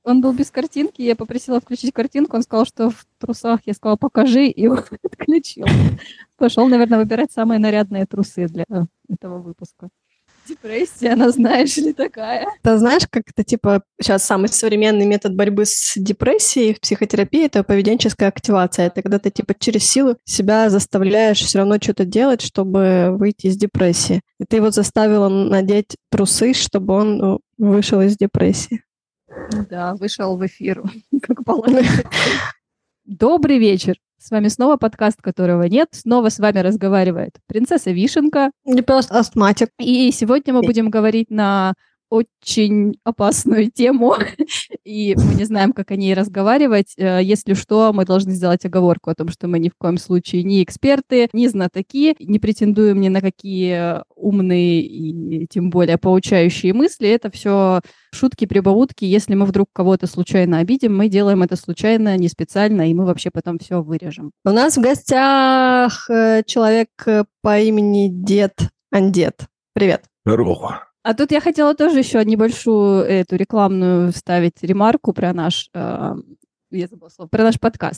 Он был без картинки, я попросила включить картинку, он сказал, что в трусах. Я сказала, покажи, и он отключил. Пошел, наверное, выбирать самые нарядные трусы для этого выпуска. Депрессия, она, знаешь ли, такая. Ты знаешь, как это, типа, сейчас самый современный метод борьбы с депрессией в психотерапии – это поведенческая активация. Это когда ты, типа, через силу себя заставляешь все равно что-то делать, чтобы выйти из депрессии. И ты его заставила надеть трусы, чтобы он вышел из депрессии. Да, вышел в эфир, как положено. Добрый вечер. С вами снова подкаст, которого нет. Снова с вами разговаривает принцесса Вишенка. Не просто астматик. И сегодня мы будем говорить на очень опасную тему, и мы не знаем, как о ней разговаривать. Если что, мы должны сделать оговорку о том, что мы ни в коем случае не эксперты, не знатоки, не претендуем ни на какие умные и тем более поучающие мысли. Это все шутки, прибаутки. Если мы вдруг кого-то случайно обидим, мы делаем это случайно, не специально, и мы вообще потом все вырежем. У нас в гостях человек по имени Дед Андет. Привет. Здорово. А тут я хотела тоже еще небольшую эту рекламную вставить ремарку про наш, я забыла слово, про наш подкаст.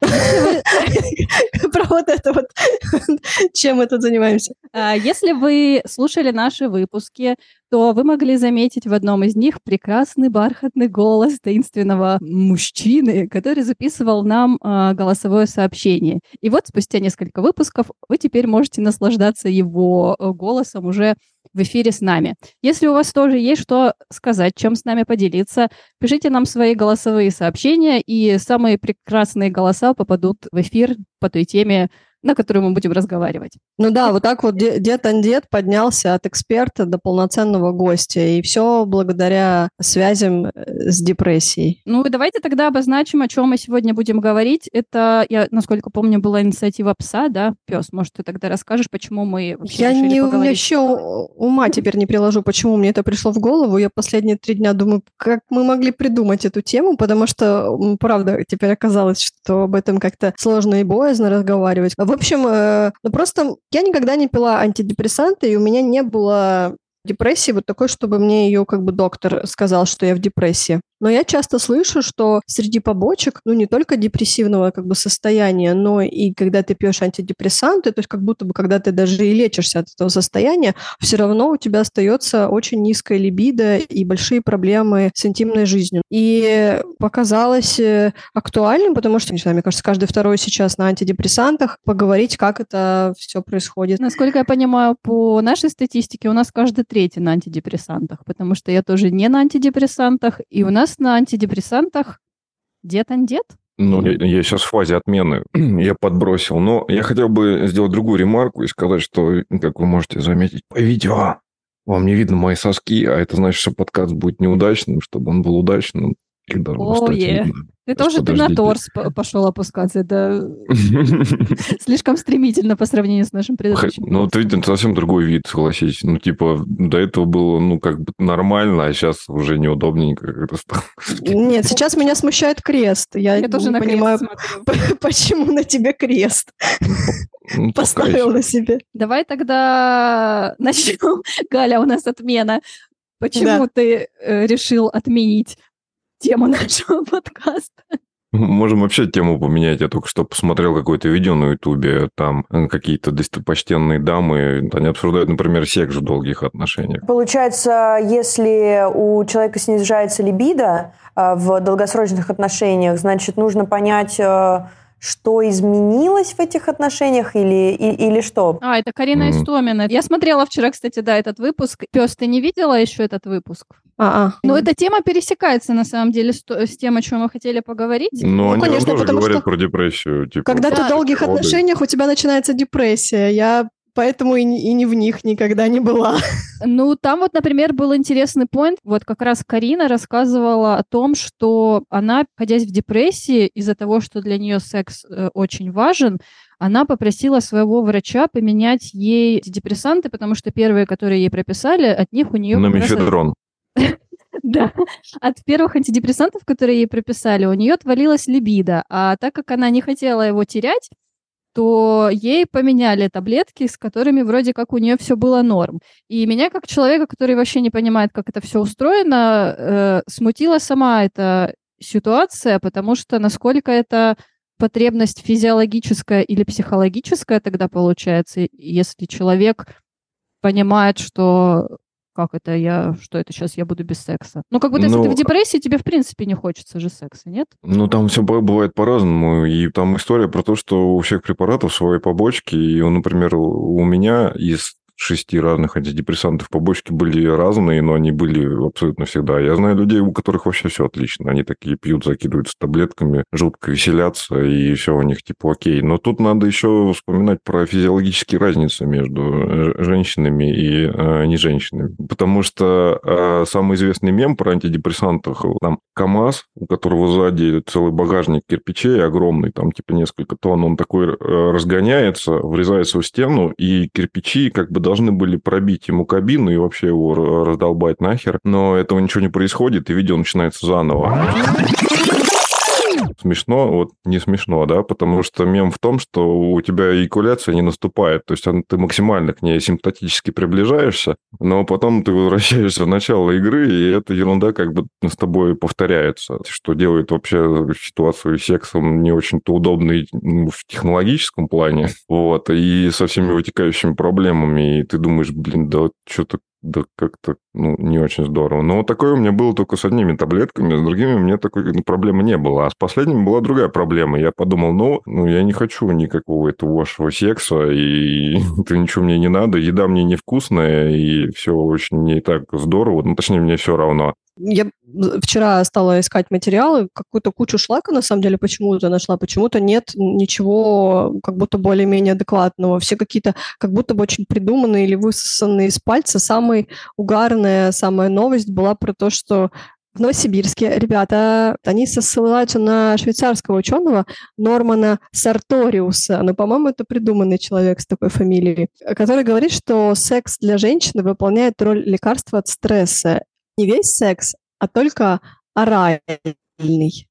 Про вот это вот, чем мы тут занимаемся. Если вы слушали наши выпуски, то вы могли заметить в одном из них прекрасный бархатный голос таинственного мужчины, который записывал нам голосовое сообщение. И вот спустя несколько выпусков вы теперь можете наслаждаться его голосом уже в эфире с нами. Если у вас тоже есть что сказать, чем с нами поделиться, пишите нам свои голосовые сообщения, и самые прекрасные голоса попадут в эфир по той теме, на которую мы будем разговаривать. Ну да, вот так вот Дед Андет поднялся от эксперта до полноценного гостя, и все благодаря связям с депрессией. Ну, давайте тогда обозначим, о чем мы сегодня будем говорить. Это, я, насколько помню, была инициатива ПСА, да? Пес, может, ты тогда расскажешь, почему мы вообще решили поговорить? У меня еще ума теперь не приложу, почему мне это пришло в голову. Я последние 3 дня думаю, как мы могли придумать эту тему, потому что, правда, теперь оказалось, что об этом как-то сложно и боязно разговаривать. В общем, просто я никогда не пила антидепрессанты, и у меня не было депрессии вот такой, чтобы мне ее как бы доктор сказал, что я в депрессии. Но я часто слышу, что среди побочек, не только депрессивного как бы состояния, но и когда ты пьешь антидепрессанты, то есть как будто бы когда ты даже и лечишься от этого состояния, все равно у тебя остается очень низкая либидо и большие проблемы с интимной жизнью. И показалось актуальным, потому что, не знаю, мне кажется, каждый второй сейчас на антидепрессантах, поговорить, как это все происходит. Насколько я понимаю, по нашей статистике у нас каждый третий на антидепрессантах, потому что я тоже не на антидепрессантах, и у нас на антидепрессантах Дед Андет? Ну, я сейчас в фазе отмены. Я подбросил. Но я хотел бы сделать другую ремарку и сказать, что, как вы можете заметить по видео, вам не видно мои соски, а это значит, что подкаст будет неудачным. Чтобы он был удачным, их должно стать видно. Ты тоже ты на торс пошел опускаться. Это слишком стремительно по сравнению с нашим предыдущим. Ну, вот видите, совсем другой вид, согласитесь. Ну, типа, до этого было, как бы нормально, а сейчас уже неудобненько как-то стало. Нет, сейчас меня смущает крест. Я тоже не понимаю, почему на тебе крест поставил на себе. Давай тогда начнем. Галя, у нас отмена. Почему ты решил отменить тему нашего подкаста? Можем вообще тему поменять. Я только что посмотрел какое-то видео на Ютубе. Там какие-то достопочтенные дамы, они обсуждают, например, секс в долгих отношениях. Получается, если у человека снижается либидо в долгосрочных отношениях, значит, нужно понять, что изменилось в этих отношениях или что? Это Карина Истомина. Я смотрела вчера, кстати, этот выпуск. Пёс, ты не видела еще этот выпуск? Но эта тема пересекается, на самом деле, с тем, о чем мы хотели поговорить. Ну, они конечно, тоже потому говорят что про депрессию. Типа, когда ты в долгих отношениях, у тебя начинается депрессия. Я поэтому и не в них никогда не была. Ну, там вот, например, был интересный поинт. Вот как раз Карина рассказывала о том, что она, находясь в депрессии, из-за того, что для нее секс очень важен, она попросила своего врача поменять ей антидепрессанты, потому что первые, которые ей прописали, от них у нее... На мефедрон. Да, от первых антидепрессантов, которые ей прописали, у нее отвалилась либидо. А так как она не хотела его терять, то ей поменяли таблетки, с которыми вроде как у нее все было норм. И меня, как человека, который вообще не понимает, как это все устроено, смутила сама эта ситуация, потому что насколько это потребность физиологическая или психологическая тогда получается, если человек понимает, что что это сейчас я буду без секса. Ну, как будто если ты в депрессии, тебе в принципе не хочется же секса, нет? Ну, там все бывает по-разному. И там история про то, что у всех препаратов свои побочки. И, например, у меня из 6 разных антидепрессантов побочки были разные, но они были абсолютно всегда. Я знаю людей, у которых вообще все отлично. Они такие пьют, закидываются таблетками, жутко веселятся, и все у них типа окей. Но тут надо еще вспоминать про физиологические разницы между женщинами и не женщинами. Потому что самый известный мем про антидепрессантах, там КамАЗ, у которого сзади целый багажник кирпичей огромный, там типа несколько тонн, он такой разгоняется, врезается в стену, и кирпичи как бы должны были пробить ему кабину и вообще его раздолбать нахер. Но этого ничего не происходит, и видео начинается заново. Смешно, вот не смешно, да, потому что мем в том, что у тебя эякуляция не наступает, то есть ты максимально к ней симптотически приближаешься, но потом ты возвращаешься в начало игры, и эта ерунда как бы с тобой повторяется, что делает вообще ситуацию с сексом не очень-то удобной в технологическом плане, вот, и со всеми вытекающими проблемами, и ты думаешь, блин, да вот что-то да как-то, не очень здорово. Но вот такое у меня было только с одними таблетками, с другими у меня такой проблемы не было. А с последними была другая проблема. Я подумал, я не хочу никакого этого вашего секса, и это ничего мне не надо, еда мне невкусная, и все очень не так здорово, точнее, мне все равно. Я вчера стала искать материалы, какую-то кучу шлака, на самом деле, почему-то нашла, почему-то нет ничего как будто более-менее адекватного. Все какие-то как будто бы очень придуманные или высосанные из пальца. Самая новость была про то, что в Новосибирске ребята, они ссылаются на швейцарского ученого Нормана Сарториуса, по-моему, это придуманный человек с такой фамилией, который говорит, что секс для женщины выполняет роль лекарства от стресса. Не весь секс, а только оральный.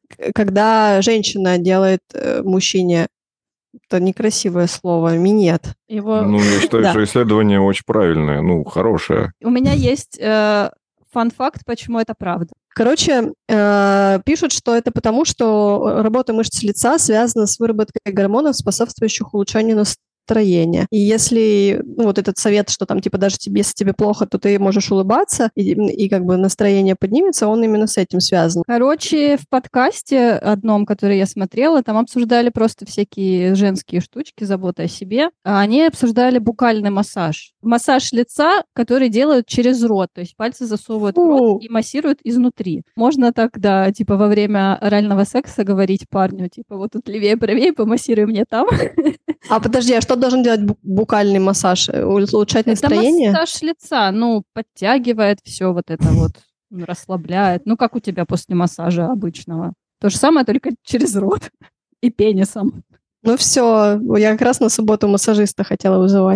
Когда женщина делает мужчине, это некрасивое слово, минет. Я считаю, что исследование очень правильное, хорошее. У меня есть фан-факт, почему это правда. Короче, пишут, что это потому, что работа мышц лица связана с выработкой гормонов, способствующих улучшению настроения. И если этот совет, что там даже если тебе плохо, то ты можешь улыбаться, и как бы настроение поднимется, он именно с этим связан. Короче, в подкасте одном, который я смотрела, там обсуждали просто всякие женские штучки, забота о себе. Они обсуждали букальный массаж. Массаж лица, который делают через рот, то есть пальцы засовывают в рот и массируют изнутри. Можно так, во время орального секса говорить парню, вот тут левее, правее, помассируй мне там. А подожди, а что должен делать букальный массаж? Улучшать настроение? Это массаж лица, подтягивает все расслабляет. Как у тебя после массажа обычного. То же самое, только через рот и пенисом. Все, я как раз на субботу массажиста хотела вызывать.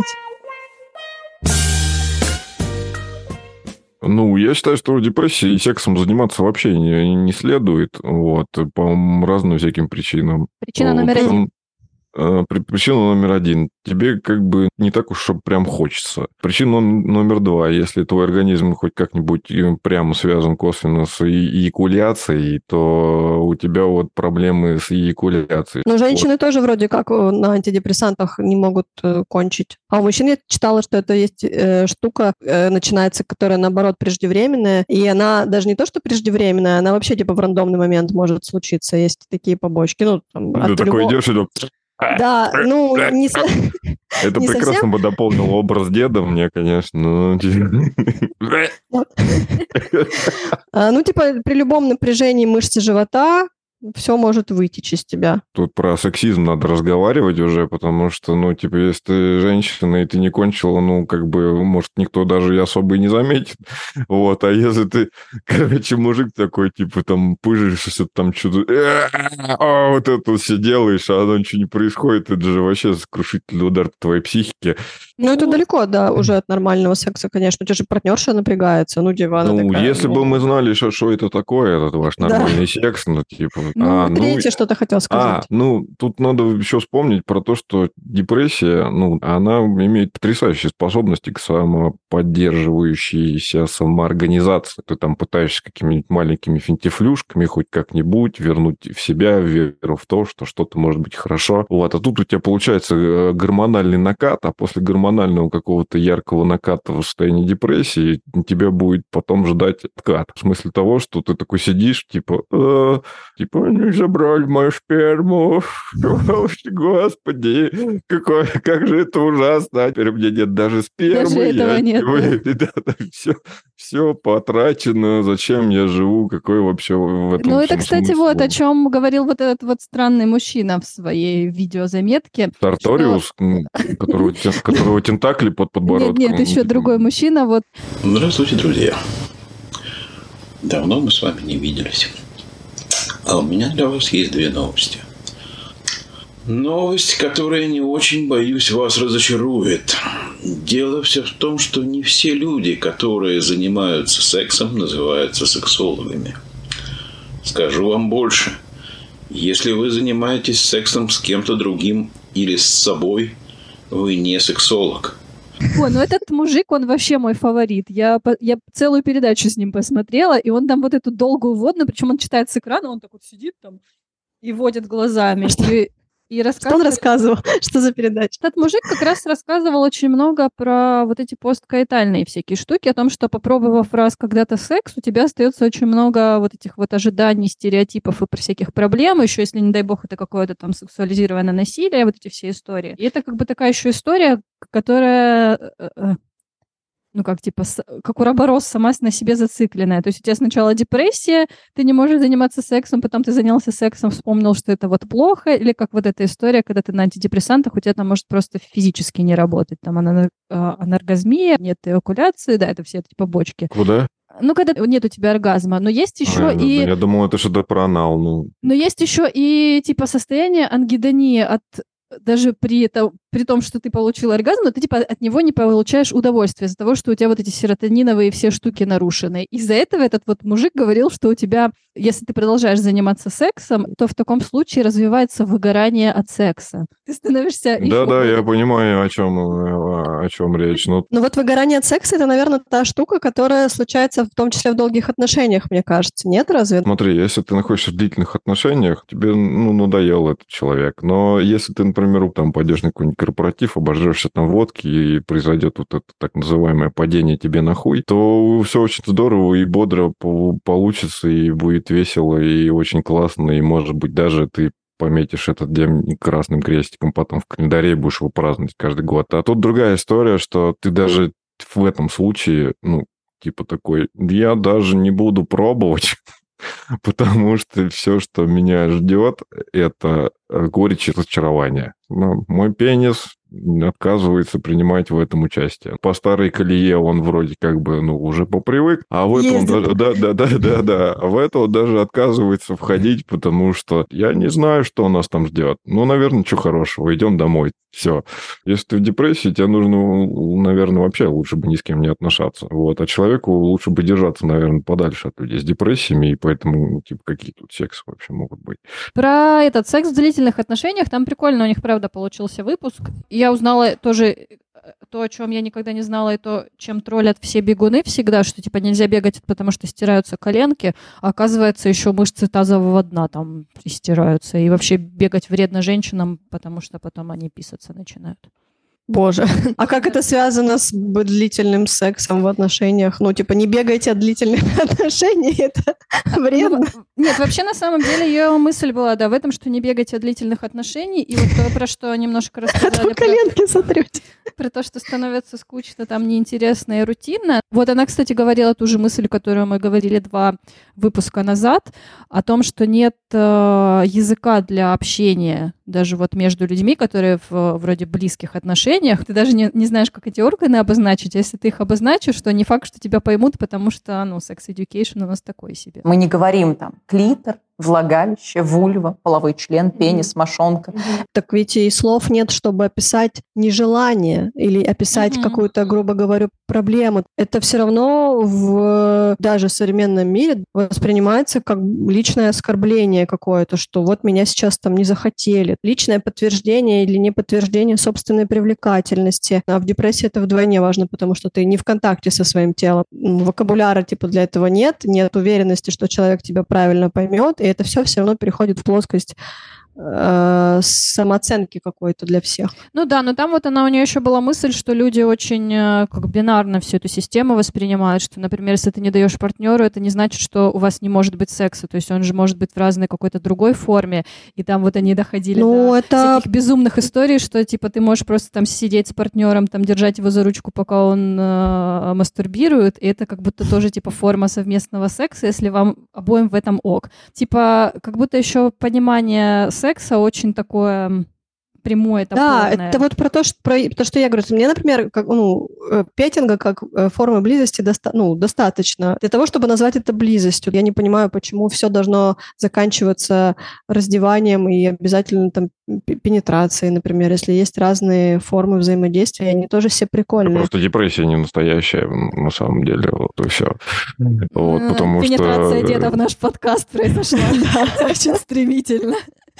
Я считаю, что в депрессии сексом заниматься вообще не следует, по разным всяким причинам. Причина номер один. Причина номер один. Тебе как бы не так уж прям хочется. Причина номер два. Если твой организм хоть как-нибудь прямо связан косвенно с эякуляцией, то у тебя проблемы с эякуляцией. Но женщины тоже вроде как на антидепрессантах не могут кончить. А у мужчин я читала, что это есть штука, начинается, которая, наоборот, преждевременная. И она даже не то, что преждевременная, она вообще в рандомный момент может случиться. Есть такие побочки. Ты такой идешь и... Да, не Это прекрасно бы дополнил образ деда мне, конечно. При любом напряжении мышцы живота все может вытечь из тебя. Тут про сексизм надо разговаривать уже, потому что, если ты женщина, и ты не кончила, может, никто даже и особо и не заметит. А если ты, мужик такой, там, пыжишься, там, что-то, вот это все делаешь, а оно ничего не происходит, это же вообще сокрушительный удар по твоей психике. Это далеко, уже от нормального секса, конечно. У тебя же партнерша напрягается, такая. Если бы мы знали, что это такое, этот ваш нормальный секс, скажет. Третье что-то хотел сказать. Тут надо еще вспомнить про то, что депрессия, она имеет потрясающие способности к самоподдерживающейся самоорганизации. Ты там пытаешься какими-нибудь маленькими финтифлюшками хоть как-нибудь вернуть в себя веру в то, что что-то может быть хорошо. А тут у тебя получается гормональный накат, а после гормонального какого-то яркого наката в состоянии депрессии тебя будет потом ждать откат. В смысле того, что ты такой сидишь, они забрали мою сперму. Господи, как же это ужасно. Теперь у меня нет даже спермы. Даже этого нет. Все потрачено. Зачем я живу? Какой вообще в этом это, кстати, смысл? вот о чем говорил вот этот вот странный мужчина в своей видеозаметке. Сарториус, которого тентакли под подбородком. Нет, еще другой мужчина. Вот. Здравствуйте, друзья. Давно мы с вами не виделись. А у меня для вас есть 2 новости. Новость, которая, не очень, боюсь, вас разочарует. Дело все в том, что не все люди, которые занимаются сексом, называются сексологами. Скажу вам больше. Если вы занимаетесь сексом с кем-то другим или с собой, вы не сексолог. Этот мужик, он вообще мой фаворит. Я целую передачу с ним посмотрела, и он там вот эту долгую вводную, причем он читает с экрана, он так вот сидит там и водит глазами. И Что он рассказывал? Что за передача? Этот мужик как раз рассказывал очень много про вот эти посткоитальные всякие штуки, о том, что, попробовав раз когда-то секс, у тебя остается очень много вот этих вот ожиданий, стереотипов и про всяких проблем, еще если, не дай бог, это какое-то там сексуализированное насилие, вот эти все истории. И это как бы такая еще история, которая... как уроборос, сама на себе зацикленная. То есть у тебя сначала депрессия, ты не можешь заниматься сексом, потом ты занялся сексом, вспомнил, что это вот плохо, или как вот эта история, когда ты на антидепрессантах, у тебя там может просто физически не работать. Там аноргазмия, нет эякуляции, да, это все эти побочки. Куда? Когда нет у тебя оргазма. Но есть еще Я думал, это что-то про анал. Но есть еще и состояние ангидонии даже при том, что ты получил оргазм, но ты от него не получаешь удовольствия из-за того, что у тебя вот эти серотониновые все штуки нарушены. Из-за этого этот вот мужик говорил, что у тебя, если ты продолжаешь заниматься сексом, то в таком случае развивается выгорание от секса. Ты становишься... Да, я понимаю, о чем речь. Вот выгорание от секса — это, наверное, та штука, которая случается в том числе в долгих отношениях, мне кажется. Нет, разве? Смотри, если ты находишься в длительных отношениях, тебе, надоел этот человек. Но если ты, например, там пойдешь на какой-нибудь корпоратив, обожрешься там водки, и произойдет вот это так называемое падение тебе на хуй, то все очень здорово и бодро получится, и будет весело, и очень классно, и, может быть, даже ты пометишь этот день красным крестиком, потом в календаре будешь его праздновать каждый год. А тут другая история, что ты даже в этом случае, такой, я даже не буду пробовать, потому что все, что меня ждет, это горечь и разочарование. Но мой пенис отказывается принимать в этом участие. По старой колее он вроде как бы, уже попривык, а в это он даже, в это он даже отказывается входить, потому что я не знаю, что у нас там ждет. Наверное, ничего хорошего, идем домой. Все. Если ты в депрессии, тебе нужно, наверное, вообще лучше бы ни с кем не отношаться. А человеку лучше бы держаться, наверное, подальше от людей с депрессиями, и поэтому, какие тут сексы вообще могут быть. Про этот секс в длительных отношениях, там прикольно у них, правда, получился выпуск. Я узнала тоже то, о чем я никогда не знала, и то, чем троллят все бегуны всегда, что нельзя бегать, потому что стираются коленки, а оказывается, еще мышцы тазового дна там стираются. И вообще бегать вредно женщинам, потому что потом они писаться начинают. Боже. А как это связано с длительным сексом в отношениях? Не бегайте от длительных отношений, это вредно. Нет, вообще, на самом деле, ее мысль была, в этом, что не бегайте от длительных отношений. И вот то, про что немножко рассказали. Коленки сотрете. Про то, что становится скучно, там неинтересно и рутинно. Вот она, кстати, говорила ту же мысль, которую мы говорили 2 выпуска назад, о том, что нет языка для общения даже между людьми, которые в вроде близких отношениях. Ты даже не знаешь, как эти органы обозначить. А если ты их обозначишь, то не факт, что тебя поймут, потому что, sex education у нас такой себе. Мы не говорим там клитор, влагалище, вульва, половой член, пенис, мошонка. Так ведь и слов нет, чтобы описать нежелание или описать какую-то, грубо говоря, проблему. Это все равно в даже современном мире воспринимается как личное оскорбление какое-то, что вот меня сейчас там не захотели. Личное подтверждение или не подтверждение собственной привлекательности. А в депрессии это вдвойне важно, потому что ты не в контакте со своим телом. Вокабуляра типа для этого нет уверенности, что человек тебя правильно поймет, и это все равно переходит в плоскость самооценки какой-то для всех. Ну да, но там вот у нее еще была мысль, что люди очень как бинарно всю эту систему воспринимают, что, например, если ты не даешь партнеру, это не значит, что у вас не может быть секса, то есть он же может быть в разной какой-то другой форме, и там вот они доходили до таких безумных историй, что типа ты можешь просто там сидеть с партнером, там держать его за ручку, пока он мастурбирует, и это как будто тоже типа форма совместного секса, если вам обоим в этом ок. Типа как будто еще понимание секса очень такое прямое, топорное. Да, это вот про то, что я говорю. Мне, например, петинга как формы близости достаточно для того, чтобы назвать это близостью. Я не понимаю, почему все должно заканчиваться раздеванием и обязательно там пенетрацией, например. Если есть разные формы взаимодействия, они тоже все прикольные. Просто депрессия не настоящая, на самом деле, вот и все. Вот, потому пенетрация где-то в наш подкаст произошла. Очень стремительно.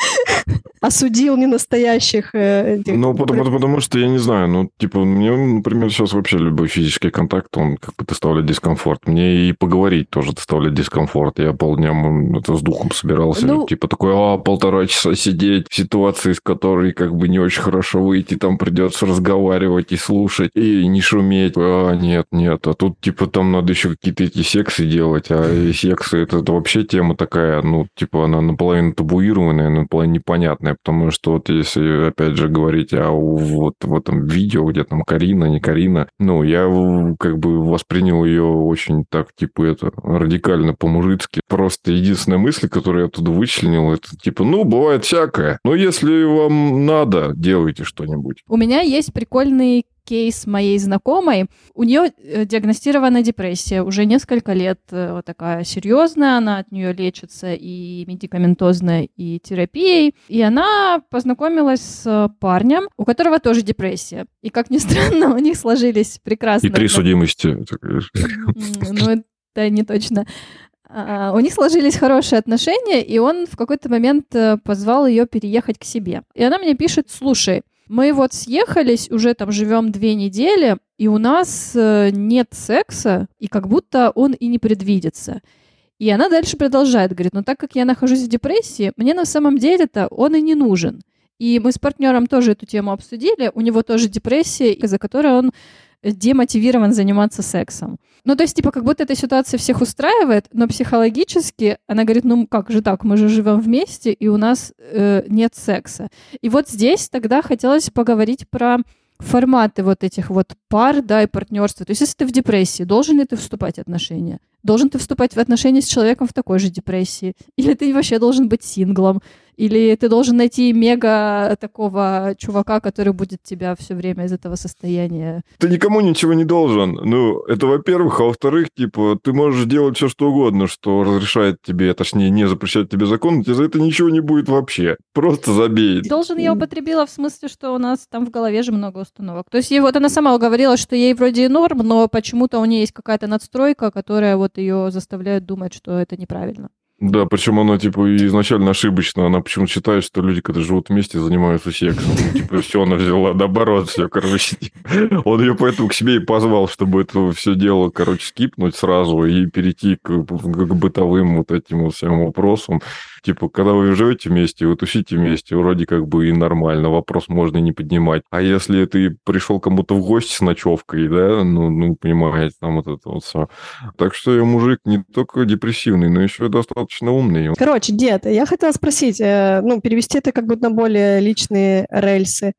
Осудил ненастоящих. Потому что, я не знаю, мне, например, сейчас вообще любой физический контакт, он как бы доставляет дискомфорт. Мне и поговорить тоже доставляет дискомфорт. Я полдня с духом собирался, такой, 1,5 часа сидеть в ситуации, из которой как бы не очень хорошо выйти, там придется разговаривать и слушать, и не шуметь. Нет. А тут, там надо еще какие-то эти сексы делать, а сексы, это вообще тема такая, она наполовину табуированная, наполовину непонятная, потому что вот если, опять же, говорить вот в этом видео, где там Карина, не Карина, я как бы воспринял ее очень так, радикально по-мужицки. Просто единственная мысль, которую я оттуда вычленил, это бывает всякое. Но если вам надо, делайте что-нибудь. У меня есть прикольный кейс моей знакомой. У нее диагностирована депрессия уже несколько лет, вот такая серьезная, она от нее лечится и медикаментозно, и терапией. И она познакомилась с парнем, у которого тоже депрессия. И, как ни странно, у них сложились прекрасно... И 3 судимости. Ну, это не точно. У них сложились хорошие отношения, и он в какой-то момент позвал ее переехать к себе. И она мне пишет: слушай, мы вот съехались, уже там живем 2 недели, и у нас нет секса, и как будто он и не предвидится. И она дальше продолжает, говорит, так как я нахожусь в депрессии, мне на самом деле-то он и не нужен. И мы с партнером тоже эту тему обсудили, у него тоже депрессия, из-за которой он демотивирован заниматься сексом. То есть, как будто эта ситуация всех устраивает, но психологически она говорит, как же так, мы же живем вместе, и у нас нет секса. И вот здесь тогда хотелось поговорить про форматы вот этих вот пар, да, и партнерства. То есть, если ты в депрессии, должен ли ты вступать в отношения? Должен ты вступать в отношения с человеком в такой же депрессии? Или ты вообще должен быть синглом? Или ты должен найти мега такого чувака, который будет тебя все время из этого состояния? Ты никому ничего не должен. Это во-первых. А во-вторых, ты можешь делать все, что угодно, что разрешает тебе, точнее, не запрещает тебе закон, тебе за это ничего не будет вообще. Просто забей. Должен я употребила в смысле, что у нас там в голове же много установок. То есть вот она сама говорила, что ей вроде и норм, но почему-то у нее есть какая-то надстройка, которая вот ее заставляет думать, что это неправильно. Да, причем она, изначально ошибочно. Она почему-то считает, что люди, когда живут вместе, занимаются сексом. Все она взяла, наоборот, все, Он ее поэтому к себе и позвал, чтобы это все дело, скипнуть сразу и перейти к бытовым вот этим вот всем вопросам. Когда вы живете вместе, вы тусите вместе, вроде как бы и нормально, вопрос можно не поднимать. А если ты пришел кому-то в гости с ночевкой, да, понимаете, там вот это вот все. Так что я мужик не только депрессивный, но еще и достаточно умный. Короче, дед, я хотела спросить, перевести это как бы на более личные рельсы.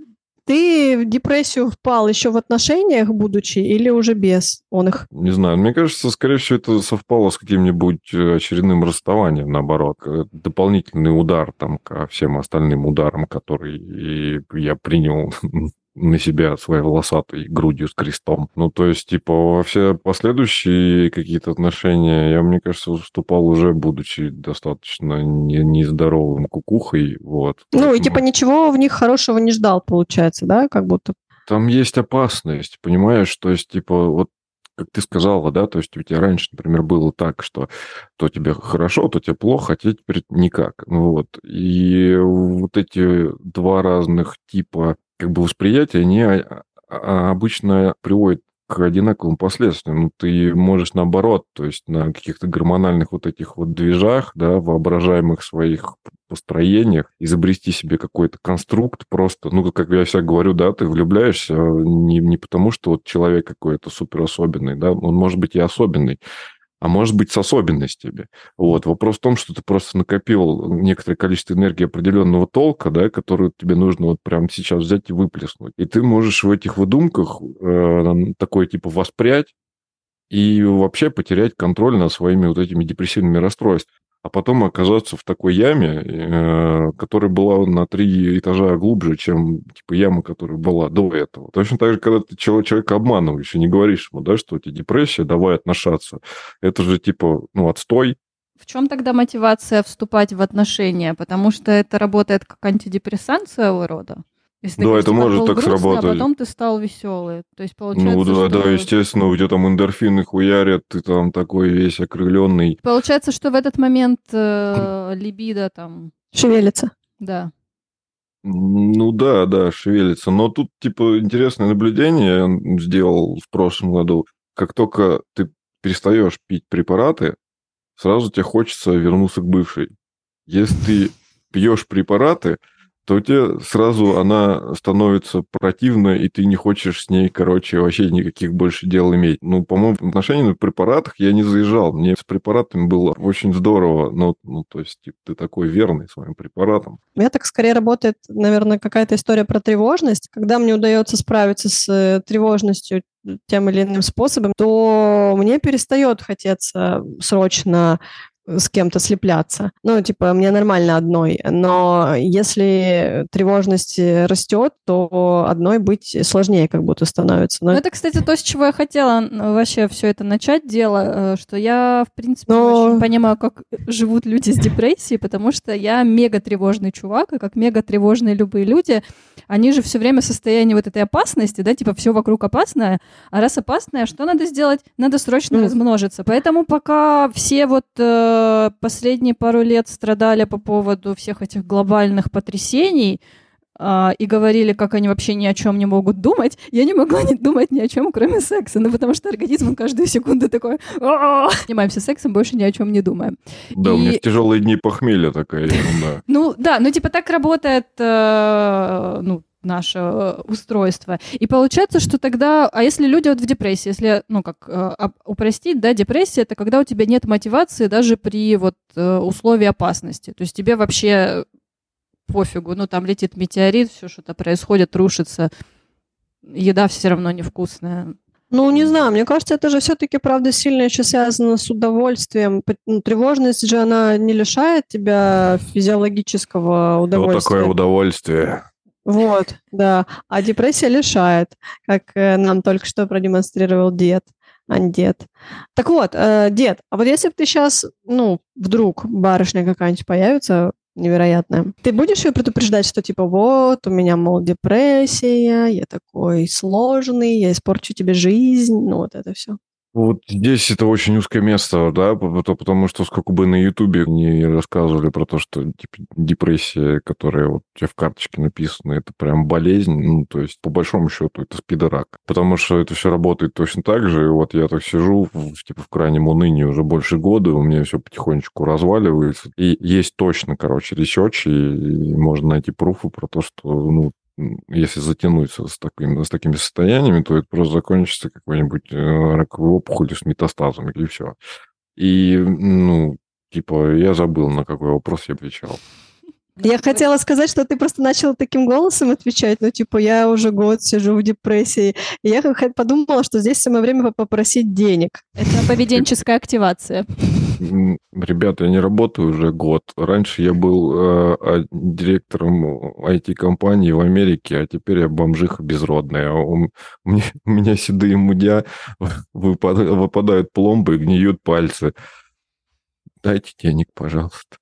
Ты в депрессию впал еще в отношениях, будучи, или уже без их? Не знаю. Мне кажется, скорее всего, это совпало с каким-нибудь очередным расставанием, наоборот. Дополнительный удар там ко всем остальным ударам, которые я принял на себя своей волосатой грудью с крестом. Ну, то есть, типа, во все последующие какие-то отношения я, мне кажется, вступал уже, будучи достаточно нездоровым кукухой, вот. Ну, и типа ничего в них хорошего не ждал, получается, да, как будто? Там есть опасность, понимаешь? То есть, типа, вот как ты сказала, да, то есть у тебя раньше, например, было так, что то тебе хорошо, то тебе плохо, а тебе теперь никак. Ну вот. И вот эти два разных типа как бы восприятия, они обычно приводят к одинаковым последствиям. Ну, ты можешь наоборот, то есть на каких-то гормональных вот этих вот движах, да, воображаемых своих построениях, изобрести себе какой-то конструкт просто, ну, как я всегда говорю, да, ты влюбляешься не потому, что вот человек какой-то супер особенный, да, он может быть и особенный, а может быть с особенностями. Вот. Вопрос в том, что ты просто накопил некоторое количество энергии определенного толка, да, которую тебе нужно вот прямо сейчас взять и выплеснуть. И ты можешь в этих выдумках такое типа воспрять и вообще потерять контроль над своими вот этими депрессивными расстройствами. А потом оказаться в такой яме, которая была на 3 этажа глубже, чем типа яма, которая была до этого. Точно так же, когда ты человека обманываешь и не говоришь ему, да, что у тебя депрессия, давай отношаться. Это же типа, ну, отстой. В чем тогда мотивация вступать в отношения? Потому что это работает как антидепрессант своего рода? Если ты Да, говоришь, это типа, может был так грустный, сработать. а потом ты стал веселый. То есть получается, Ну да, что... да, естественно, у тебя там эндорфины хуярят, ты там такой весь окрыленный. Получается, что в этот момент либидо там... Шевелится. Да. Ну да, шевелится. Но тут, типа, интересное наблюдение я сделал в прошлом году. Как только ты перестаешь пить препараты, сразу тебе хочется вернуться к бывшей. Если ты пьешь препараты, то тебе сразу она становится противной, и ты не хочешь с ней, короче, вообще никаких больше дел иметь. Ну, по-моему, в отношении на препаратах я не заезжал. Мне с препаратами было очень здорово. Ну, то есть, типа, ты такой верный своим препаратам. У меня так скорее работает, наверное, какая-то история про тревожность. Когда мне удается справиться с тревожностью тем или иным способом, то мне перестает хотеться срочно с кем-то слепляться. Ну, типа, мне нормально одной. Но если тревожность растет, то одной быть сложнее как будто становится. Ну, это, кстати, то, с чего я хотела вообще все это начать дело, что я, в принципе, не очень понимаю, как живут люди с депрессией, потому что я мега тревожный чувак, и как мега тревожные любые люди, они же все время в состоянии вот этой опасности, да, типа все вокруг опасное, а раз опасное, что надо сделать? Надо срочно размножиться. Поэтому пока все вот последние пару лет страдали по поводу всех этих глобальных потрясений и говорили, как они вообще ни о чем не могут думать, я не могла не думать ни о чем, кроме секса. Ну, потому что организм каждую секунду такой: занимаемся сексом, больше ни о чем не думаем. Да, у меня в тяжелые дни похмелья такая ерунда. Ну, да, ну, типа так работает, наше устройство. И получается, что тогда... А если люди вот в депрессии, если, упростить, да, депрессия — это когда у тебя нет мотивации даже при вот условии опасности. То есть тебе вообще пофигу, ну, там летит метеорит, все что-то происходит, рушится, еда все равно невкусная. Ну, не знаю, мне кажется, это же все-таки, правда, сильно еще связано с удовольствием. Тревожность же, она не лишает тебя физиологического удовольствия. Вот такое удовольствие. Вот, да. А депрессия лишает, как нам только что продемонстрировал дед. Андед. Так вот, дед, а вот если бы ты сейчас, вдруг барышня какая-нибудь появится невероятная, ты будешь ее предупреждать, что типа вот, у меня, мол, депрессия, я такой сложный, я испорчу тебе жизнь, вот это все. Вот здесь это очень узкое место, да, потому что сколько бы на Ютубе не рассказывали про то, что типа, депрессия, которая вот у тебя в карточке написана, это прям болезнь, то есть по большому счету это спидорак, потому что это все работает точно так же, и вот я так сижу в крайнем унынии уже больше года, у меня все потихонечку разваливается, и есть точно, ресерч, и можно найти пруфы про то, что, если затянуться с такими состояниями, то это просто закончится какой-нибудь раковой опухолью с метастазами, и все. И, я забыл, на какой вопрос я отвечал. Я хотела сказать, что ты просто начала таким голосом отвечать, ну, типа, я уже год сижу в депрессии. И я подумала, что здесь самое время попросить денег. Это поведенческая активация. Ребята, я не работаю уже год. Раньше я был директором IT-компании в Америке, а теперь я бомжиха безродная. У меня седые мудя, выпадают пломбы и гниют пальцы. Дайте денег, пожалуйста.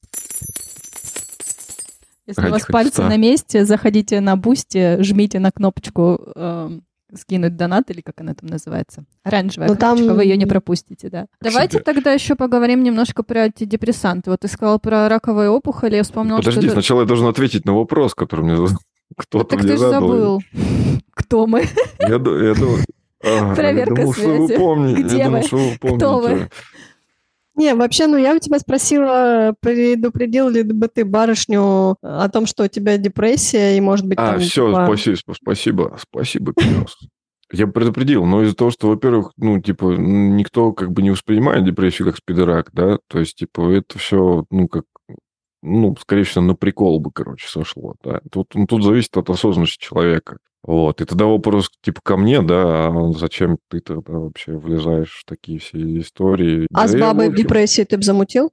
Если у вас пальцы на месте, заходите на Бусти, жмите на кнопочку скинуть донат, или как она там называется. Оранжевая кнопочка, вы ее не пропустите, да. Давайте тогда еще поговорим немножко про антидепрессанты. Вот ты сказал про раковые опухоли, я вспомнила, Подожди, что... сначала я должен ответить на вопрос, который мне кто-то так мне ты же забыл, кто мы. Я думал, Проверка связи. Где вы? Кто вы? Не, вообще, я у тебя спросила, предупредил ли бы ты барышню о том, что у тебя депрессия, и, может быть, там... все, спасибо, пес. Я предупредил, но из-за того, что, во-первых, никто как бы не воспринимает депрессию как спидорак, да, то есть, это все, скорее всего, на прикол бы, сошло, да. Тут зависит от осознанности человека. Вот, и тогда вопрос, ко мне, да, а зачем ты тогда вообще влезаешь в такие все истории? А с бабой в депрессии ты бы замутил?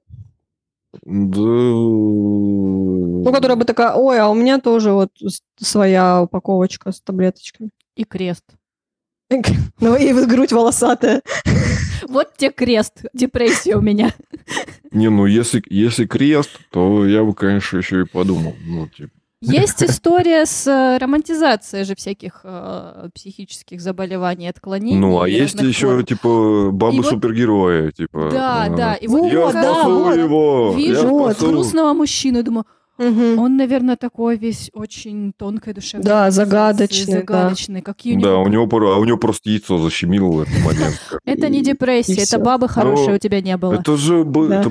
Да... которая бы такая, ой, а у меня тоже вот своя упаковочка с таблеточками. И крест. И грудь волосатая. Вот тебе крест, депрессия у меня. Не, если крест, то я бы, конечно, еще и подумал, Есть история с романтизацией же всяких психических заболеваний, отклонений. А есть еще, бабы-супергерои, Да. И вот я спасу его! Вижу грустного мужчину, думаю, он, наверное, такой весь очень тонкой душевной. Да, загадочный. Как да, у него просто яйцо защемило в этот момент. Это не депрессия, это бабы хорошие у тебя не было. Это же...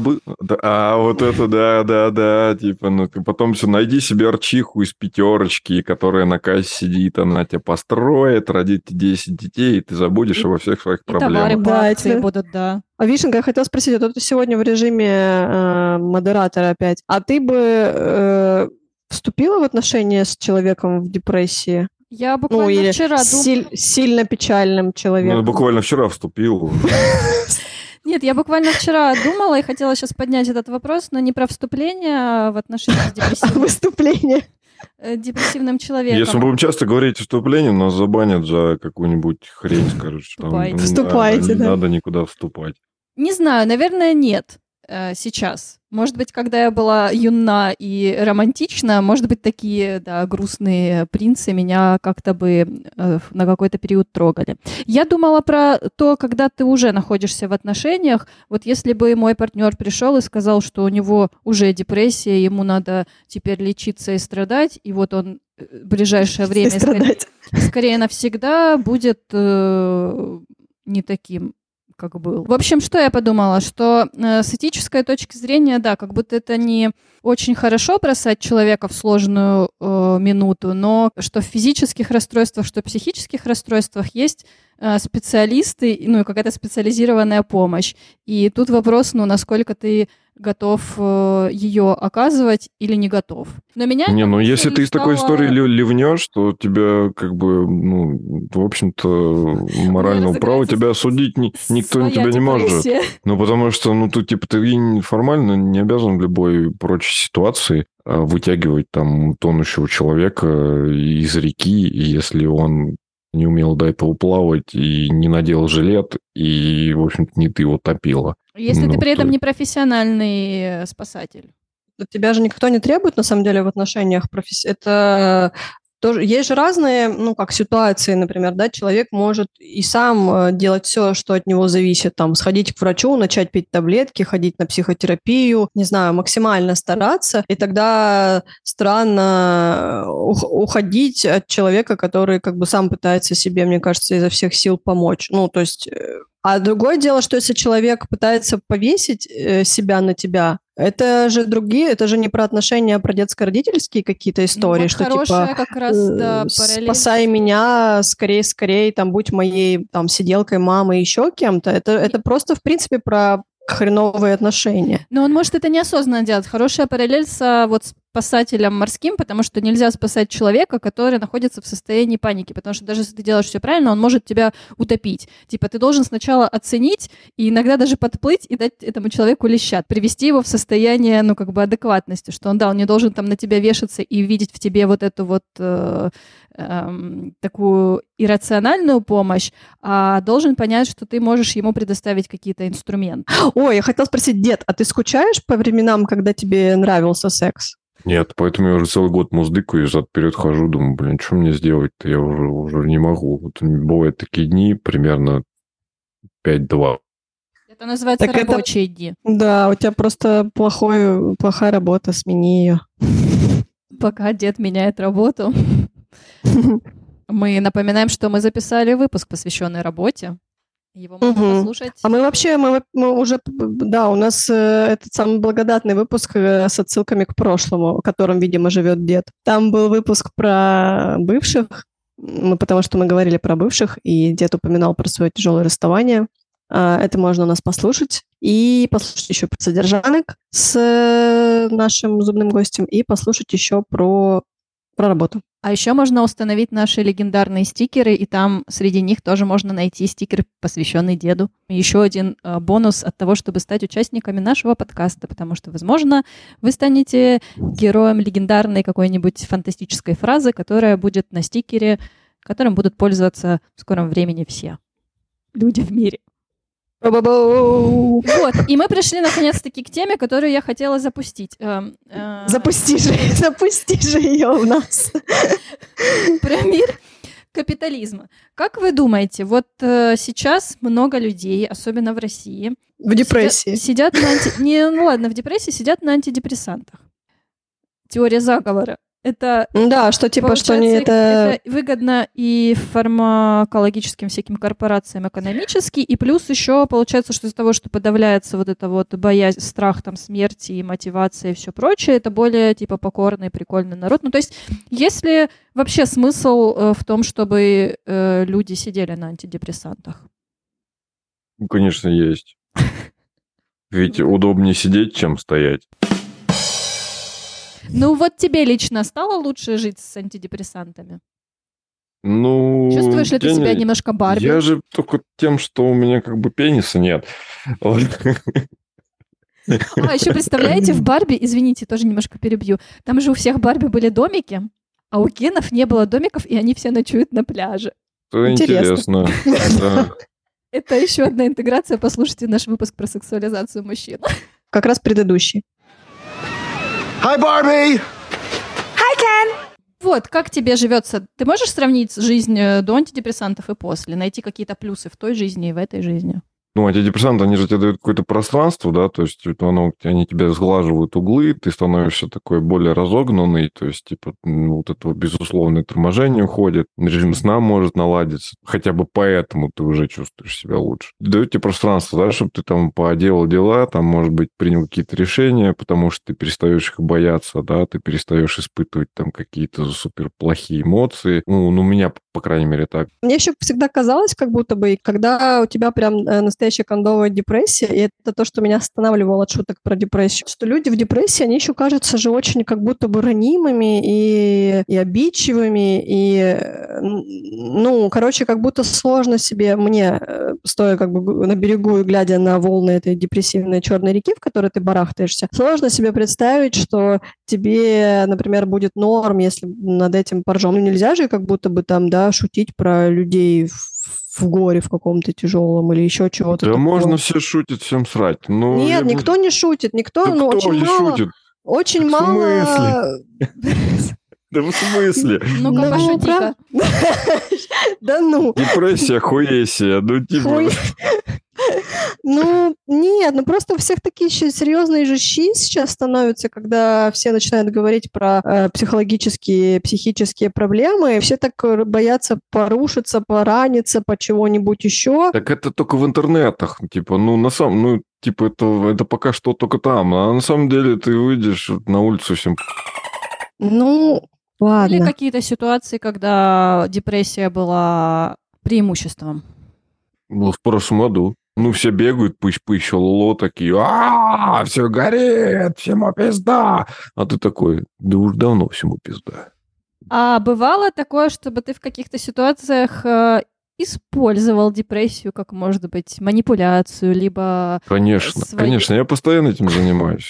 вот это, да. Потом все, найди себе арчиху из 5, которая на кассе сидит, она тебя построит, родит 10 детей, и ты забудешь обо всех своих проблемах. И товары по акции будут, да. А Вишенка, я хотела спросить, а то ты сегодня в режиме модератора опять. А ты бы вступила в отношения с человеком в депрессии? Я буквально вчера думала... сильно печальным человеком. Буквально вчера вступил. Нет, я буквально вчера думала и хотела сейчас поднять этот вопрос, но не про вступление в отношения с депрессивным... Выступление. Депрессивным человеком. Если мы будем часто говорить вступление, нас забанят за какую-нибудь хрень, скажут, что вступайте, не надо никуда вступать. Не знаю, наверное, нет сейчас. Может быть, когда я была юна и романтична, может быть, такие, грустные принцы меня как-то бы на какой-то период трогали. Я думала про то, когда ты уже находишься в отношениях. Вот если бы мой партнер пришел и сказал, что у него уже депрессия, ему надо теперь лечиться и страдать, и вот он в ближайшее время скорее навсегда будет не таким, как был. В общем, что я подумала, что с этической точки зрения, как будто это не очень хорошо бросать человека в сложную минуту, но что в физических расстройствах, что в психических расстройствах есть специалисты, и какая-то специализированная помощь. И тут вопрос, насколько ты готов ее оказывать или не готов. Но меня... если ты из такой истории ливнешь, то тебя в общем-то, морального права тебя осудить никто тебя не может. Потому что, ты формально не обязан в любой прочей ситуации вытягивать тонущего человека из реки, если он не умел до этого плавать и не надел жилет, и, в общем-то, не ты его топила. Если ты при этом не профессиональный спасатель. Тебя же никто не требует, на самом деле, в отношениях. Это тоже... Есть же разные, ситуации, например, человек может и сам делать все, что от него зависит, сходить к врачу, начать пить таблетки, ходить на психотерапию, не знаю, максимально стараться, и тогда странно уходить от человека, который сам пытается себе, мне кажется, изо всех сил помочь. То есть... А другое дело, что если человек пытается повесить себя на тебя, это же это же не про отношения, а про детско-родительские какие-то истории, что как раз, спасай меня, скорее, будь моей сиделкой, мамой, еще кем-то. Это просто, в принципе, про хреновые отношения. Но он может это неосознанно делать. Хорошая параллель с спасателем морским, потому что нельзя спасать человека, который находится в состоянии паники, потому что даже если ты делаешь все правильно, он может тебя утопить. Типа ты должен сначала оценить и иногда даже подплыть и дать этому человеку лещат, привести его в состояние, ну, как бы адекватности, что он не должен там на тебя вешаться и видеть в тебе вот эту вот такую иррациональную помощь, а должен понять, что ты можешь ему предоставить какие-то инструменты. Ой, я хотела спросить, дед, а ты скучаешь по временам, когда тебе нравился секс? Нет, поэтому я уже целый год муздыкаю и зад-вперед хожу, думаю, блин, что мне сделать-то? Я уже не могу. Вот бывают такие дни, примерно 5-2. Это называется Так рабочие дни. Да, у тебя просто плохая работа, смени ее. Пока дед меняет работу. Мы напоминаем, что мы записали выпуск, посвященный работе. Его можно послушать. А мы вообще, мы уже, да, у нас этот самый благодатный выпуск с отсылками к прошлому, в котором, видимо, живет дед. Там был выпуск про бывших, потому что мы говорили про бывших, и дед упоминал про свое тяжелое расставание. Это можно у нас послушать. И послушать еще про содержанок с нашим зубным гостем, и послушать еще про работу. А еще можно установить наши легендарные стикеры, и там среди них тоже можно найти стикер, посвященный деду. Еще один бонус от того, чтобы стать участниками нашего подкаста, потому что, возможно, вы станете героем легендарной какой-нибудь фантастической фразы, которая будет на стикере, которым будут пользоваться в скором времени все люди в мире. Вот, и мы пришли наконец-таки к теме, которую я хотела запустить. Запусти же ее у нас. Про мир капитализма. Как вы думаете, вот сейчас много людей, особенно в России, в депрессии сидят в депрессии сидят на антидепрессантах. Теория заговора. Это, да, что типа, что не это выгодно и фармакологическим всяким корпорациям экономически, и плюс еще получается, что из-за того, что подавляется вот это вот боязнь, страх там смерти и мотивация и все прочее, это более типа покорный, прикольный народ. Ну, то есть, есть ли вообще смысл в том, чтобы люди сидели на антидепрессантах? Ну, конечно, есть. Ведь удобнее сидеть, чем стоять. Ну вот тебе лично стало лучше жить с антидепрессантами? Ну... Чувствуешь ли ты себя немножко Барби? Я же только тем, что у меня как бы пениса нет. А еще представляете, в Барби, извините, тоже немножко перебью, там же у всех Барби были домики, а у Кенов не было домиков, и они все ночуют на пляже. Это интересно. Это еще одна интеграция. Послушайте наш выпуск про сексуализацию мужчин. Как раз предыдущий. Hi, Barbie! Hi, Ken! Вот, как тебе живется? Ты можешь сравнить жизнь до антидепрессантов и после? Найти какие-то плюсы в той жизни и в этой жизни? Ну, антидепрессанты, они же тебе дают какое-то пространство, да, то есть они тебе сглаживают углы, ты становишься такой более разогнанный, то есть, типа, вот это безусловное торможение уходит, режим сна может наладиться, хотя бы поэтому ты уже чувствуешь себя лучше. Дают тебе пространство, да, чтобы ты там поделал дела, там, может быть, принял какие-то решения, потому что ты перестаешь их бояться, да, ты перестаешь испытывать там какие-то супер плохие эмоции. Ну, у меня, по крайней мере, так. Мне еще всегда казалось, как будто бы, когда у тебя прям настоящая кондовая депрессия, и это то, что меня останавливало от шуток про депрессию, что люди в депрессии, они еще кажутся же очень как будто бы ранимыми и обидчивыми, и, ну, короче, как будто сложно себе, мне, стоя как бы на берегу и глядя на волны этой депрессивной черной реки, в которой ты барахтаешься, сложно себе представить, что тебе, например, будет норм, если над этим поржем. Ну, нельзя же как будто бы там, да, шутить про людей в горе в каком-то тяжелом или еще чего-то. Да такого. можно все шутить, всем срать. Но нет, никто не шутит, никто, да ну, кто очень не мало. Шутит? Очень В мало. Да в смысле? Ну-ка, пошути-ка. Да ну. Депрессия, хуесия, ну типа... Ну, нет, ну просто у всех такие серьезные же щи сейчас становятся, когда все начинают говорить про психологические, психические проблемы, все так боятся порушиться, пораниться, по чего-нибудь еще. Так это только в интернетах, типа, типа, это пока что только там, а на самом деле ты выйдешь на улицу всем... Ну, ладно. Были какие-то ситуации, когда депрессия была преимуществом? Ну, в прошлом году. Ну, все бегают, пыщ-пыщ, лоло такие, все горит, всему пизда. А ты такой, да уж давно всему пизда. А бывало такое, чтобы ты в каких-то ситуациях использовал депрессию как, может быть, манипуляцию, либо... Конечно, конечно, я постоянно этим занимаюсь.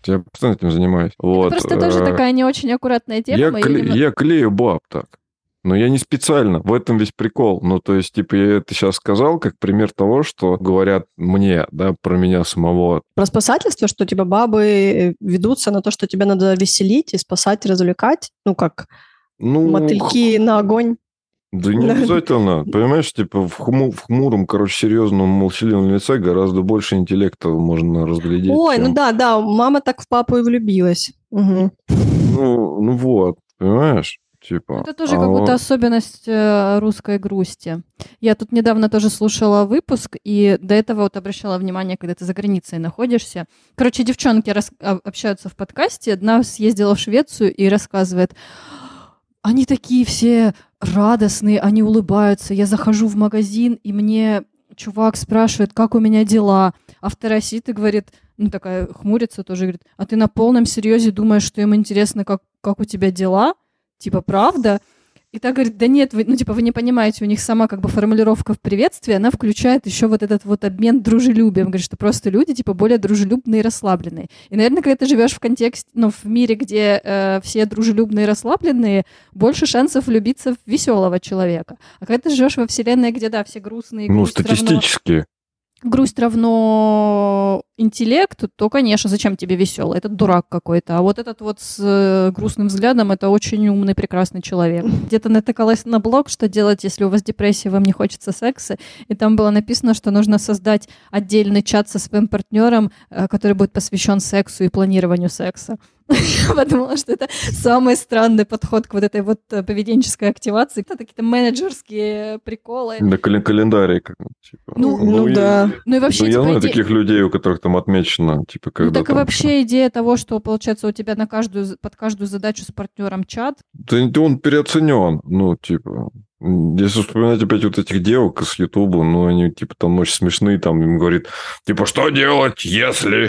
Вот. Просто тоже такая не очень аккуратная тема. Я клею баб так. Но я не специально, в этом весь прикол. Ну, то есть, типа, я это сейчас сказал как пример того, что говорят мне, да, про меня самого. Про спасательство, что, типа, бабы ведутся на то, что тебя надо веселить и спасать, развлекать, ну, как мотыльки на огонь. Да не обязательно. Понимаешь, типа, в хмуром, серьезном, молчаливом лице гораздо больше интеллекта можно разглядеть. Ой, ну да, мама так в папу и влюбилась. Угу. Ну вот, понимаешь? Типа, это тоже как будто особенность русской грусти. Я тут недавно тоже слушала выпуск, и до этого вот обращала внимание, когда ты за границей находишься. Короче, девчонки общаются в подкасте. Одна съездила в Швецию и рассказывает: они такие все радостные, они улыбаются. Я захожу в магазин, и мне чувак спрашивает, как у меня дела. А вторая сидит и говорит, ну такая хмурится тоже, говорит, а ты на полном серьезе думаешь, что им интересно, как у тебя дела? Типа, правда? И так говорит, да нет, вы не понимаете, у них сама как бы формулировка в приветствии, она включает еще вот этот вот обмен дружелюбием. Говорит, что просто люди, типа, более дружелюбные и расслабленные. И, наверное, когда ты живешь в контексте, в мире, где все дружелюбные и расслабленные, больше шансов влюбиться в веселого человека. А когда ты живешь во вселенной, где, да, все грустные... статистически. Грусть равно интеллекту, то, конечно, зачем тебе веселый? Это дурак какой-то. А вот этот вот с грустным взглядом, это очень умный, прекрасный человек. Где-то натыкалась на блог, что делать, если у вас депрессия, вам не хочется секса, и там было написано, что нужно создать отдельный чат со своим партнером, который будет посвящен сексу и планированию секса. Я подумала, что это самый странный подход к вот этой вот поведенческой активации. Это какие-то менеджерские приколы. Да, календарий. Типа. Да. Ну и вообще, я знаю таких людей, у которых там отмечено, типа, когда. Ну так и вообще идея того, что, получается, у тебя под каждую задачу с партнером чат. Да он переоценен. Ну, типа. Если вспоминать опять вот этих девок с Ютуба, они, типа, там очень смешные, там им говорит, типа, что делать, если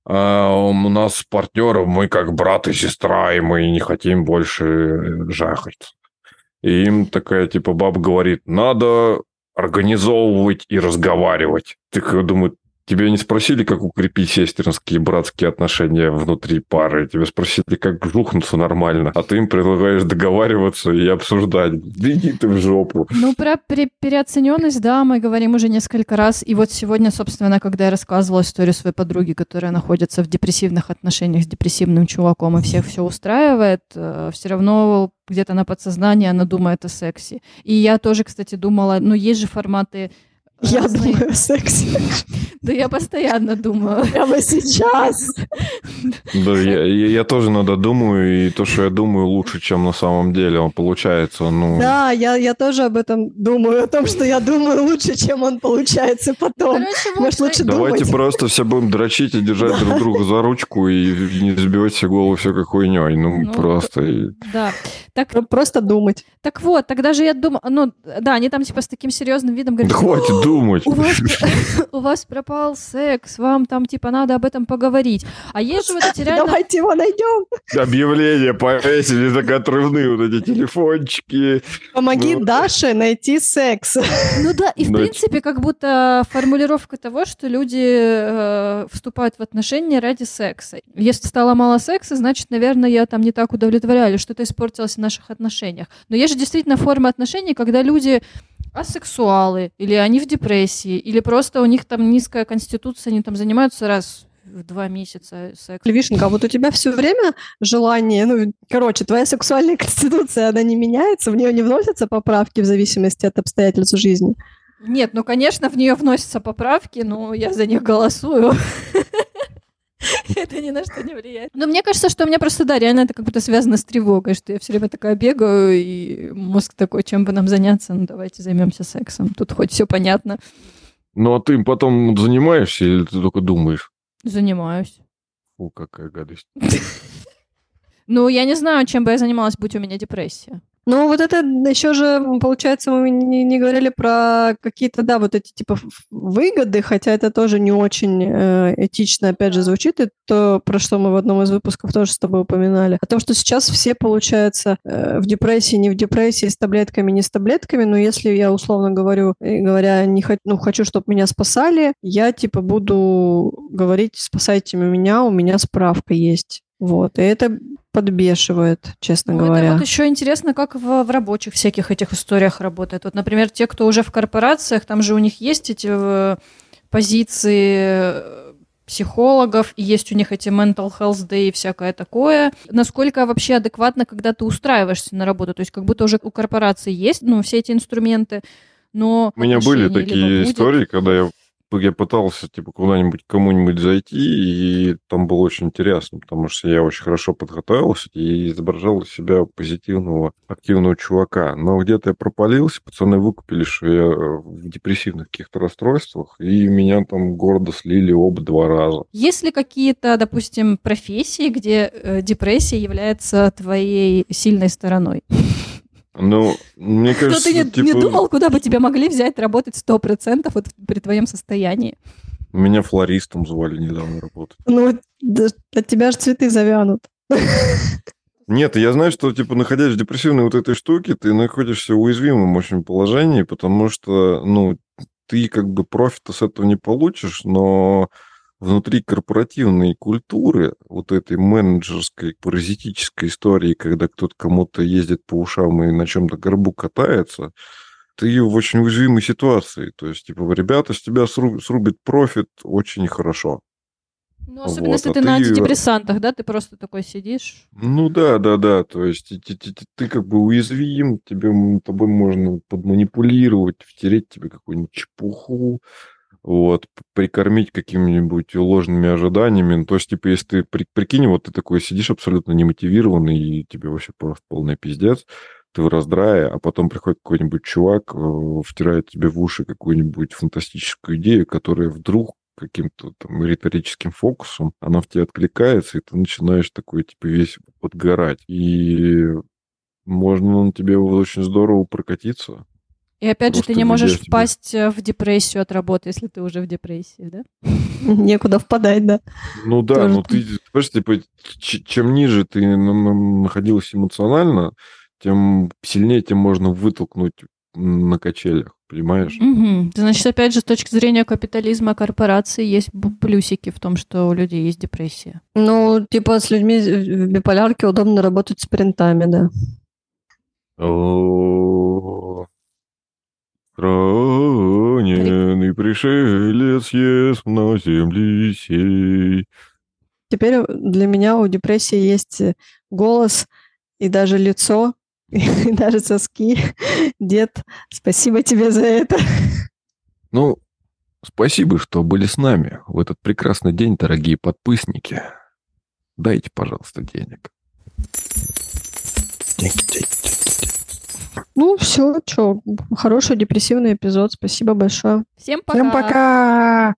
у нас партнеры, мы как брат и сестра, и мы не хотим больше жахать. И им такая, типа, баба говорит, надо организовывать и разговаривать. Так я думаю, тебя не спросили, как укрепить сестринские братские отношения внутри пары. Тебя спросили, как жухнуться нормально. А ты им предлагаешь договариваться и обсуждать. Да иди ты в жопу. Ну, про переоцененность, да, мы говорим уже несколько раз. И вот сегодня, собственно, когда я рассказывала историю своей подруги, которая находится в депрессивных отношениях с депрессивным чуваком, и всех все устраивает, все равно где-то на подсознании она думает о сексе. И я тоже, кстати, думала, есть же форматы... Я думаю о сексе. Да я постоянно думаю. Прямо сейчас. Да, я тоже иногда думаю, и то, что я думаю, лучше, чем на самом деле он получается. Да, я тоже об этом думаю, о том, что я думаю лучше, чем он получается потом. Может, лучше Давайте думать. просто все будем дрочить и держать друг друга за ручку и не забивать себе голову всякой хуйней. Просто. Да. Просто думать. Так вот, тогда же я думаю, да, они там типа с таким серьезным видом говорят, да хватит думать. У вас пропал секс, вам там типа надо об этом поговорить. А есть же вот эти реально... Давайте его найдем. Объявления повесили, так отрывные вот эти телефончики. Помоги Даше найти секс. Ну да, и в принципе как будто формулировка того, что люди вступают в отношения ради секса. Если стало мало секса, значит, наверное, я там не так удовлетворяю, или что-то испортилось в наших отношениях. Но есть же действительно формы отношений, когда люди асексуалы, или они в депрессии, или просто у них там низкая конституция, они там занимаются раз в 2 месяца сексом. Вишенка, а вот у тебя все время желание, твоя сексуальная конституция, она не меняется, в нее не вносятся поправки в зависимости от обстоятельств жизни? Нет, конечно, в нее вносятся поправки, но я за них голосую. Это ни на что не влияет. Но мне кажется, что у меня просто, да, реально это как будто связано с тревогой, что я все время такая бегаю, и мозг такой, чем бы нам заняться? Давайте займемся сексом. Тут хоть все понятно. Ну, а ты потом занимаешься или ты только думаешь? Занимаюсь. Фу, какая гадость. Я не знаю, чем бы я занималась, будь у меня депрессия. Ну, вот это еще же, получается, мы не говорили про какие-то, да, вот эти типа выгоды, хотя это тоже не очень этично, опять же, звучит, и то, про что мы в одном из выпусков тоже с тобой упоминали. О том, что сейчас все, получается, в депрессии, не в депрессии, с таблетками, не с таблетками, но если я, условно говоря, не хочу, чтобы меня спасали, я, типа, буду говорить, спасайте меня, у меня справка есть. Вот, и это подбешивает, честно говоря. Это вот еще интересно, как в рабочих всяких этих историях работает. Вот, например, те, кто уже в корпорациях, там же у них есть эти позиции психологов, и есть у них эти mental health day и всякое такое. Насколько вообще адекватно, когда ты устраиваешься на работу? То есть как будто уже у корпорации есть, все эти инструменты, но... У меня были такие истории, когда я пытался, типа, куда-нибудь, кому-нибудь зайти, и там было очень интересно, потому что я очень хорошо подготовился и изображал из себя позитивного, активного чувака. Но где-то я пропалился, пацаны выкупили, что я в депрессивных каких-то расстройствах, и меня там гордо слили оба 2 раза. Есть ли какие-то, допустим, профессии, где депрессия является твоей сильной стороной? Ну, мне кажется, ты не думал, куда бы тебя могли взять работать 100% вот при твоем состоянии? Меня флористом звали недавно работать. Ну, от тебя же цветы завянут. Нет, я знаю, что, типа, находясь в депрессивной вот этой штуке, ты находишься в уязвимом очень положении, потому что, ты как бы профита с этого не получишь, но внутри корпоративной культуры, вот этой менеджерской, паразитической истории, когда кто-то кому-то ездит по ушам и на чем-то горбу катается, ты в очень уязвимой ситуации. То есть, типа, ребята с тебя срубят профит очень хорошо. Ну, особенно если ты на антидепрессантах, да, ты просто такой сидишь. Ну, да. То есть, ты как бы уязвим, тобой можно подманипулировать, втереть тебе какую-нибудь чепуху, вот, прикормить какими-нибудь ложными ожиданиями. То есть, типа, если ты, прикинь, вот ты такой сидишь абсолютно немотивированный, и тебе вообще просто полный пиздец, ты в раздрае, а потом приходит какой-нибудь чувак, втирает тебе в уши какую-нибудь фантастическую идею, которая вдруг каким-то там риторическим фокусом, она в тебя откликается, и ты начинаешь такой, типа, весь подгорать. И можно на тебе очень здорово прокатиться. И опять же, ты не можешь впасть в депрессию от работы, если ты уже в депрессии, да? Некуда впадать, да. Ну да, тоже. Но ты, понимаешь, типа, чем ниже ты находилась эмоционально, тем сильнее тебя можно вытолкнуть на качелях, понимаешь? Угу. Значит, опять же, с точки зрения капитализма корпорации есть плюсики в том, что у людей есть депрессия. Ну, типа, с людьми в биполярке удобно работать спринтами, да. Раненый пришелец ест на земли сей. Теперь для меня у депрессии есть голос и даже лицо, и даже соски. Дед, спасибо тебе за это. Ну, спасибо, что были с нами в этот прекрасный день, дорогие подписники. Дайте, пожалуйста, денег. Деньги. Ну, все, хороший депрессивный эпизод. Спасибо большое. Всем пока. Всем пока.